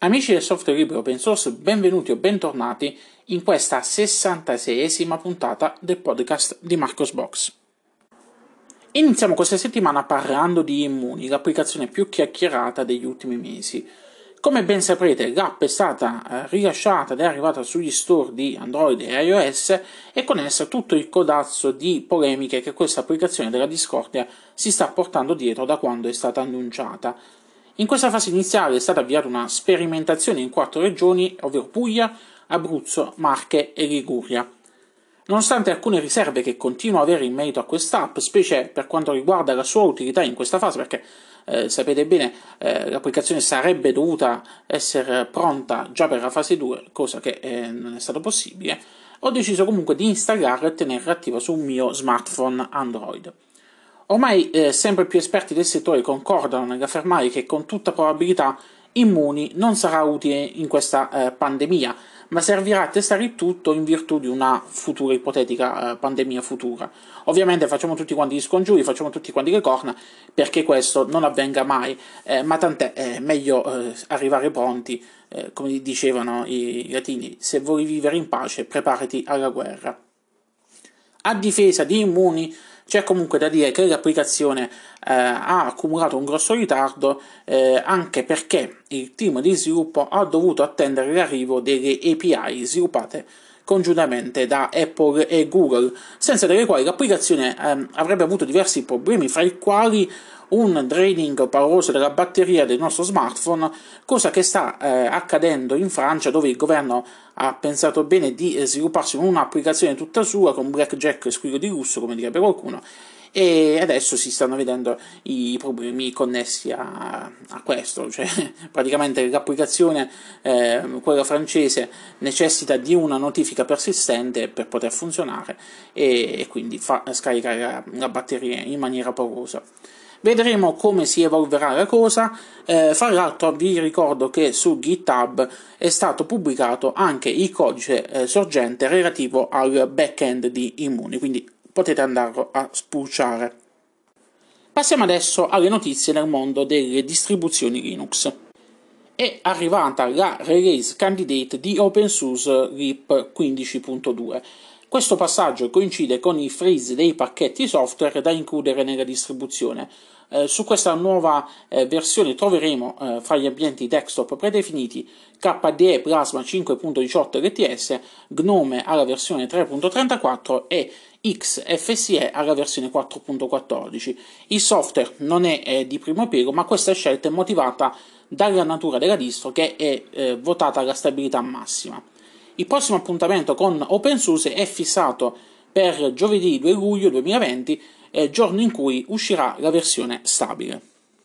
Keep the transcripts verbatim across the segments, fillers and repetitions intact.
Amici del software libero open source, benvenuti o bentornati in questa sessantaseiesima puntata del podcast di Marcosbox. Iniziamo questa settimana parlando di Immuni, l'applicazione più chiacchierata degli ultimi mesi. Come ben saprete, l'app è stata eh, rilasciata ed è arrivata sugli store di Android e iOS e con essa tutto il codazzo di polemiche che questa applicazione della discordia si sta portando dietro da quando è stata annunciata. In questa fase iniziale è stata avviata una sperimentazione in quattro regioni, ovvero Puglia, Abruzzo, Marche e Liguria. Nonostante alcune riserve che continuo a avere in merito a quest'app, specie per quanto riguarda la sua utilità in questa fase, perché eh, sapete bene eh, l'applicazione sarebbe dovuta essere pronta già per la fase due, cosa che eh, non è stato possibile, ho deciso comunque di installarla e tenerla attiva sul mio smartphone Android. Ormai eh, sempre più esperti del settore concordano nell'affermare che con tutta probabilità Immuni non sarà utile in questa eh, pandemia, ma servirà a testare il tutto in virtù di una futura ipotetica eh, pandemia futura. Ovviamente facciamo tutti quanti gli scongiuri, facciamo tutti quanti le corna perché questo non avvenga mai, eh, ma tant'è, è meglio eh, arrivare pronti, eh, come dicevano i latini, se vuoi vivere in pace preparati alla guerra. A difesa di Immuni c'è comunque da dire che l'applicazione eh, ha accumulato un grosso ritardo eh, anche perché il team di sviluppo ha dovuto attendere l'arrivo delle A P I sviluppate congiuntamente da Apple e Google, senza delle quali l'applicazione eh, avrebbe avuto diversi problemi, fra i quali un draining pauroso della batteria del nostro smartphone, cosa che sta eh, accadendo in Francia, dove il governo ha pensato bene di eh, svilupparsi un'applicazione tutta sua con blackjack e squillo di lusso, come direbbe qualcuno, e adesso si stanno vedendo i problemi connessi a, a questo, cioè praticamente l'applicazione, eh, quella francese, necessita di una notifica persistente per poter funzionare e, e quindi fa scaricare la, la batteria in maniera paurosa. Vedremo come si evolverà la cosa. Eh, fra l'altro vi ricordo che su GitHub è stato pubblicato anche il codice eh, sorgente relativo al backend di Immuni, quindi potete andarlo a spulciare. Passiamo adesso alle notizie nel mondo delle distribuzioni Linux. È arrivata la release candidate di OpenSUSE R I P quindici punto due. Questo passaggio coincide con il freeze dei pacchetti software da includere nella distribuzione. Eh, su questa nuova eh, versione troveremo eh, fra gli ambienti desktop predefiniti K D E Plasma cinque punto diciotto L T S, Gnome alla versione tre punto trentaquattro e X F S E alla versione quattro punto quattordici. Il software non è eh, di primo piego, ma questa scelta è motivata dalla natura della distro, che è eh, votata alla stabilità massima. Il prossimo appuntamento con OpenSUSE è fissato per giovedì due luglio duemilaventi, eh, giorno in cui uscirà la versione stabile.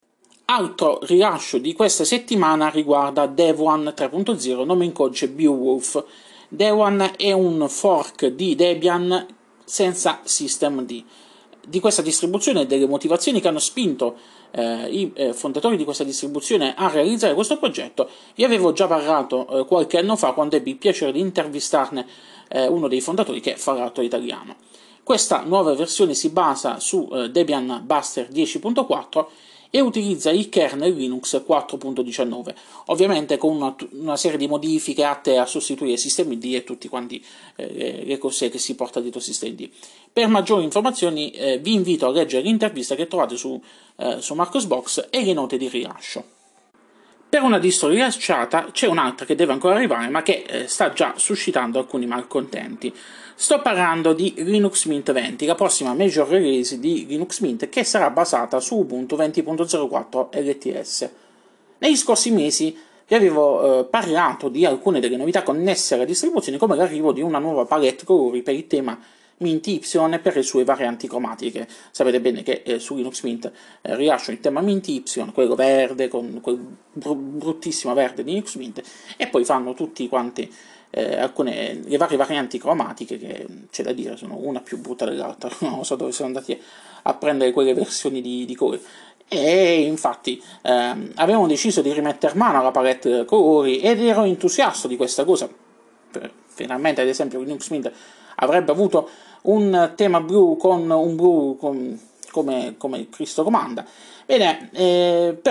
Altro rilascio di questa settimana riguarda Devuan tre punto zero, nome in codice Beowulf. Devuan è un fork di Debian senza systemd. Di questa distribuzione e delle motivazioni che hanno spinto eh, i eh, fondatori di questa distribuzione a realizzare questo progetto vi avevo già parlato eh, qualche anno fa, quando ebbi il piacere di intervistarne eh, uno dei fondatori, che è Farato Italiano. Questa nuova versione si basa su eh, Debian Buster dieci punto quattro e utilizza il kernel Linux quattro punto diciannove, ovviamente con una, una serie di modifiche atte a sostituire systemd e tutti quanti eh, le cose che si porta dietro systemd. Per maggiori informazioni eh, vi invito a leggere l'intervista che trovate su, eh, su Marcosbox e le note di rilascio. Per una distro rilasciata c'è un'altra che deve ancora arrivare, ma che eh, sta già suscitando alcuni malcontenti. Sto parlando di Linux Mint venti, la prossima major release di Linux Mint, che sarà basata su Ubuntu venti punto zero quattro L T S. Negli scorsi mesi vi avevo eh, parlato di alcune delle novità connesse alla distribuzione, come l'arrivo di una nuova palette colori per il tema Mint Y per le sue varianti cromatiche. Sapete bene che eh, su Linux Mint eh, rilasciano il tema Mint Y, quello verde, con quel br- bruttissimo verde di Linux Mint, e poi fanno tutti quanti eh, alcune le varie varianti cromatiche che, c'è da dire, sono una più brutta dell'altra. Non so dove sono andati a prendere quelle versioni di, di colori. E infatti ehm, avevamo deciso di rimettere mano alla palette colori ed ero entusiasta di questa cosa. Per, finalmente, ad esempio, Linux Mint avrebbe avuto un tema blu con un blu con, come, come Cristo comanda. Bene, eh, però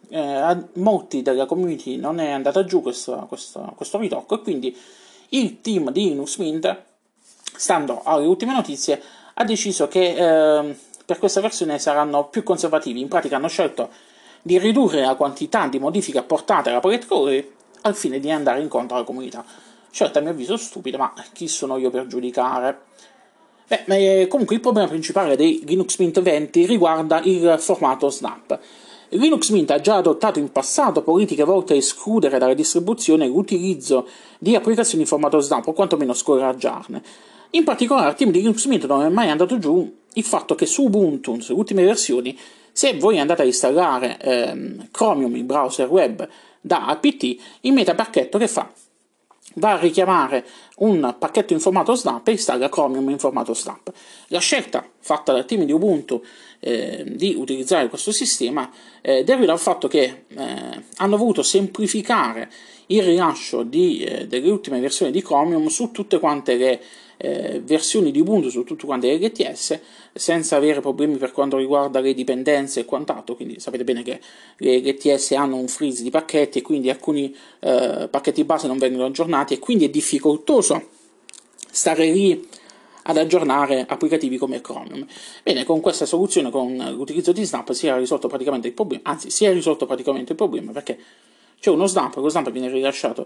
eh, a molti della community non è andata giù questo, questo, questo ritocco, e quindi il team di Linux Mint, stando alle ultime notizie, ha deciso che eh, per questa versione saranno più conservativi. In pratica hanno scelto di ridurre la quantità di modifiche apportate alla palette colori al fine di andare incontro alla comunità. Scelta a mio avviso stupida, ma chi sono io per giudicare? Beh, eh, comunque il problema principale dei Linux Mint venti riguarda il formato Snap. Linux Mint ha già adottato in passato politiche volte a escludere dalla distribuzione l'utilizzo di applicazioni in formato Snap, o quantomeno scoraggiarne. In particolare, al team di Linux Mint non è mai andato giù il fatto che su Ubuntu, sulle ultime versioni, se voi andate a installare ehm, Chromium, il browser web, da apt, il metapacchetto che fa? Va a richiamare un pacchetto in formato Snap e installa Chromium in formato Snap. La scelta fatta dal team di Ubuntu eh, di utilizzare questo sistema eh, deriva dal fatto che eh, hanno voluto semplificare il rilascio di, eh, delle ultime versioni di Chromium su tutte quante le eh, versioni di Ubuntu, su tutte quante le L T S, senza avere problemi per quanto riguarda le dipendenze e quant'altro. Quindi sapete bene che le L T S hanno un freeze di pacchetti e quindi alcuni eh, pacchetti base non vengono aggiornati, e quindi è difficoltoso stare lì ad aggiornare applicativi come Chromium. Bene, con questa soluzione, con l'utilizzo di Snap, si era risolto praticamente il problema, anzi si è risolto praticamente il problema, perché c'è uno Snap, lo Snap viene rilasciato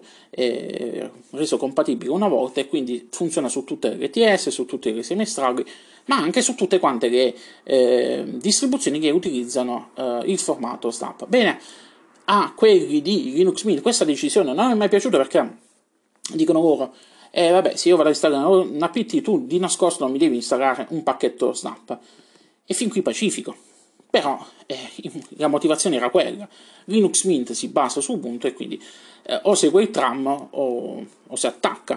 e reso compatibile una volta, e quindi funziona su tutte le L T S, su tutte le semestrali, ma anche su tutte quante le eh, distribuzioni che utilizzano eh, il formato Snap. Bene, a quelli di Linux Mint questa decisione non è mai piaciuta, perché dicono loro: eh, vabbè, se io vado a installare un apt, tu di nascosto non mi devi installare un pacchetto Snap. E fin qui pacifico. Però eh, la motivazione era quella. Linux Mint si basa su Ubuntu, e quindi eh, o segue il tram o, o si attacca.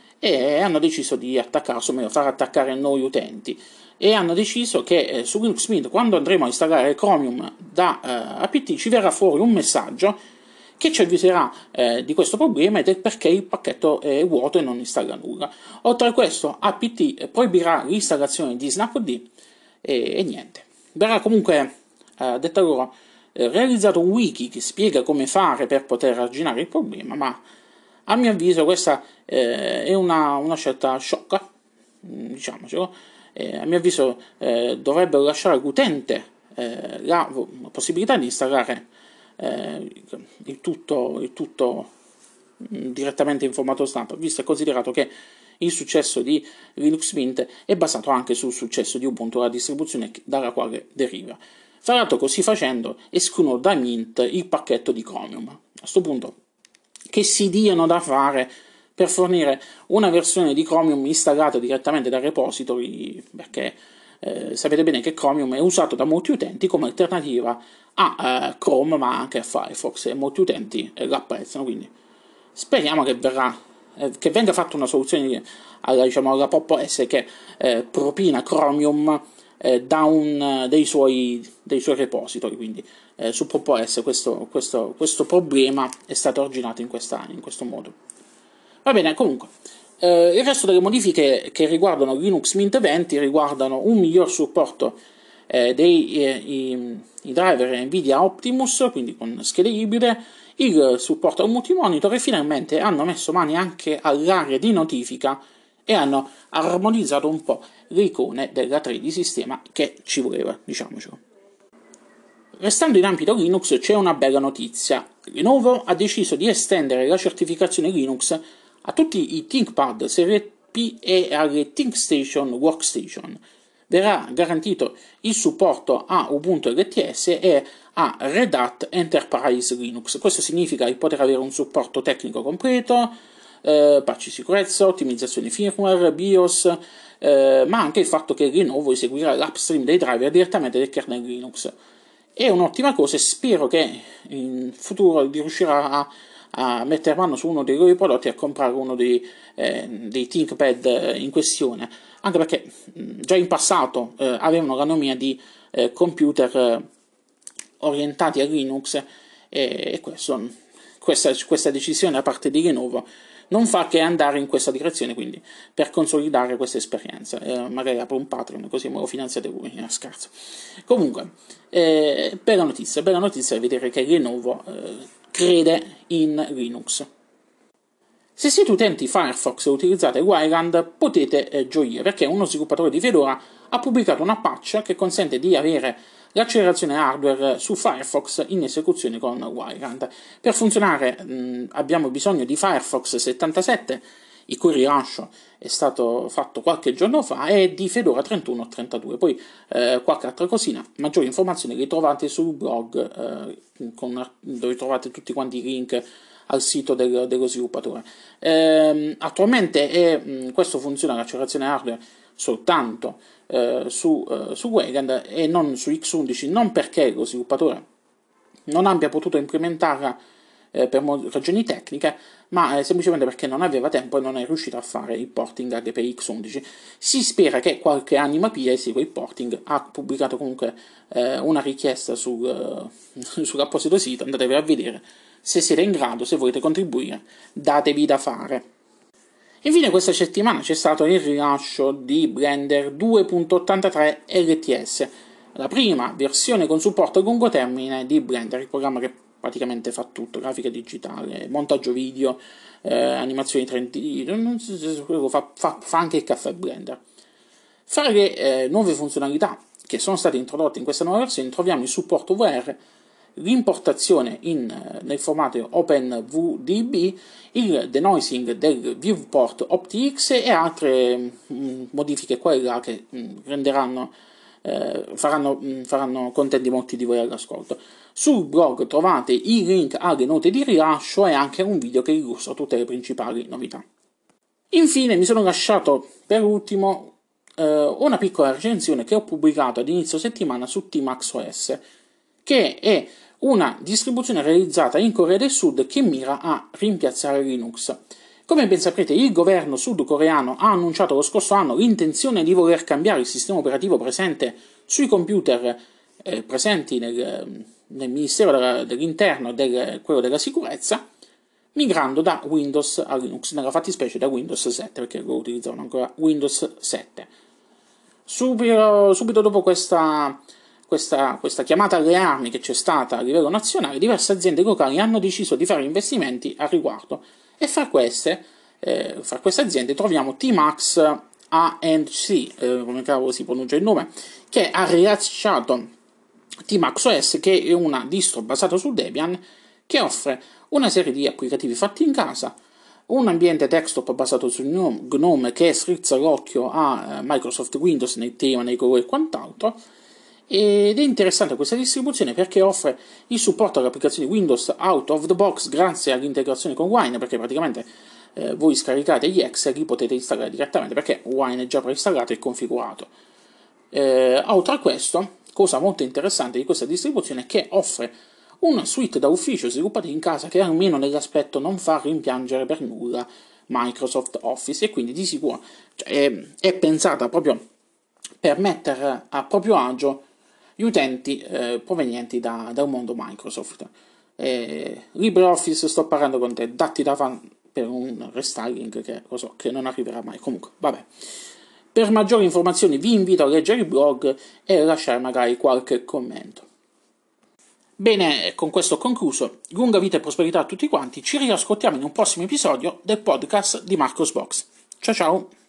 E hanno deciso di attaccare, o meglio far attaccare noi utenti. E hanno deciso che eh, su Linux Mint, quando andremo a installare Chromium da eh, apt, ci verrà fuori un messaggio che ci avviserà eh, di questo problema e del perché il pacchetto è vuoto e non installa nulla. Oltre a questo, apt proibirà l'installazione di Snapd e, e niente. Verrà comunque, eh, detta loro, eh, realizzato un wiki che spiega come fare per poter arginare il problema, ma a mio avviso questa eh, è una, una scelta sciocca, diciamocelo. Eh, a mio avviso eh, dovrebbero lasciare all'utente eh, la, la possibilità di installare eh, il tutto, il tutto mh, direttamente in formato Snap, visto e considerato che il successo di Linux Mint è basato anche sul successo di Ubuntu, la distribuzione dalla quale deriva. Fra l'altro, così facendo, escludono da Mint il pacchetto di Chromium. A questo punto, che si diano da fare per fornire una versione di Chromium installata direttamente dal repository, perché eh, sapete bene che Chromium è usato da molti utenti come alternativa a eh, Chrome, ma anche a Firefox, e molti utenti eh, l'apprezzano, quindi speriamo che verrà che venga fatta una soluzione alla, diciamo, alla Pop O S che eh, propina Chromium eh, da un dei suoi, dei suoi repository. Quindi eh, su Pop O S questo, questo, questo problema è stato arginato in, questa, in questo modo. Va bene, comunque eh, il resto delle modifiche che riguardano Linux Mint venti riguardano un miglior supporto eh, dei eh, i, i driver Nvidia Optimus, quindi con schede ibride, il supporto a un multimonitor, e finalmente hanno messo mani anche all'area di notifica e hanno armonizzato un po' le icone della tree di sistema, che ci voleva, diciamocelo. Restando in ambito Linux, c'è una bella notizia. Lenovo ha deciso di estendere la certificazione Linux a tutti i ThinkPad Serie P e alle ThinkStation Workstation. Verrà garantito il supporto a Ubuntu L T S e a Red Hat Enterprise Linux. Questo significa di poter avere un supporto tecnico completo, eh, patch di sicurezza, ottimizzazione firmware, BIOS, eh, ma anche il fatto che Lenovo eseguirà l'upstream dei driver direttamente del kernel Linux. È un'ottima cosa, e spero che in futuro riuscirà a, a mettere mano su uno dei loro prodotti e a comprare uno dei, eh, dei ThinkPad in questione, anche perché mh, già in passato eh, avevano la nomea di eh, computer eh, orientati a Linux, e, e questo, questa, questa decisione da parte di Lenovo non fa che andare in questa direzione, quindi per consolidare questa esperienza. Eh, magari apro un Patreon così me lo finanziate voi, eh, scherzo. Comunque, eh, bella notizia, bella notizia vedere che Lenovo eh, crede in Linux. Se siete utenti Firefox e utilizzate Wayland potete eh, gioire, perché uno sviluppatore di Fedora ha pubblicato una patch che consente di avere l'accelerazione hardware su Firefox in esecuzione con Wayland. Per funzionare mh, abbiamo bisogno di Firefox settantasette, il cui rilascio è stato fatto qualche giorno fa, e di Fedora trentuno trentadue. Poi eh, qualche altra cosina, maggiori informazioni le trovate sul blog, eh, con, dove trovate tutti quanti i link al sito del, dello sviluppatore. Eh, attualmente è, mh, questo funziona, l'accelerazione hardware, soltanto eh, su, eh, su Wayland e non su X undici, non perché lo sviluppatore non abbia potuto implementarla eh, per ragioni tecniche, ma eh, semplicemente perché non aveva tempo e non è riuscito a fare il porting anche per X undici. Si spera che qualche anima pia esegua il porting. Ha pubblicato comunque eh, una richiesta sul, uh, sull'apposito sito, andatevi a vedere. Se siete in grado, se volete contribuire, datevi da fare. Infine questa settimana c'è stato il rilascio di Blender due punto ottantatré L T S, la prima versione con supporto a lungo termine di Blender, il programma che praticamente fa tutto: grafica digitale, montaggio video, eh, animazioni tre D, fa, fa, fa anche il caffè Blender. Fra le eh, nuove funzionalità che sono state introdotte in questa nuova versione troviamo il supporto V R, l'importazione in, nel formato OpenVDB, il denoising del viewport OptiX e altre mh, modifiche qua e là che mh, renderanno, eh, faranno, mh, faranno contenti molti di voi all'ascolto. Sul blog trovate i link alle note di rilascio e anche un video che illustra tutte le principali novità. Infine mi sono lasciato per ultimo eh, una piccola recensione che ho pubblicato ad inizio settimana su TMaxOS, che è una distribuzione realizzata in Corea del Sud che mira a rimpiazzare Linux. Come ben saprete, il governo sudcoreano ha annunciato lo scorso anno l'intenzione di voler cambiare il sistema operativo presente sui computer eh, presenti nel, nel Ministero della, dell'Interno e del, quello della Sicurezza, migrando da Windows a Linux, nella fattispecie da Windows sette, perché lo utilizzavano ancora Windows sette. Subito, subito dopo questa... Questa, questa chiamata alle armi che c'è stata a livello nazionale, diverse aziende locali hanno deciso di fare investimenti al riguardo, e fra queste, eh, fra queste aziende troviamo Tmax A and C, eh, come cavolo si pronuncia il nome, che ha rilasciato TMaxOS, che è una distro basata su Debian, che offre una serie di applicativi fatti in casa, un ambiente desktop basato su GNOME che strizza l'occhio a Microsoft Windows nei tema, nei colori e quant'altro. Ed è interessante questa distribuzione perché offre il supporto alle applicazioni Windows out of the box grazie all'integrazione con Wine, perché praticamente eh, voi scaricate gli exe e li potete installare direttamente perché Wine è già preinstallato e configurato. Eh, oltre a questo, cosa molto interessante di questa distribuzione è che offre una suite da ufficio sviluppata in casa che almeno nell'aspetto non fa rimpiangere per nulla Microsoft Office, e quindi di sicuro cioè, è, è pensata proprio per mettere a proprio agio gli utenti eh, provenienti da, da un mondo Microsoft. Eh, LibreOffice, sto parlando con te, datti da fan per un restyling che lo so che non arriverà mai. Comunque, vabbè. Per maggiori informazioni vi invito a leggere il blog e a lasciare magari qualche commento. Bene, con questo ho concluso. Lunga vita e prosperità a tutti quanti. Ci riascoltiamo in un prossimo episodio del podcast di Marcos Box. Ciao ciao!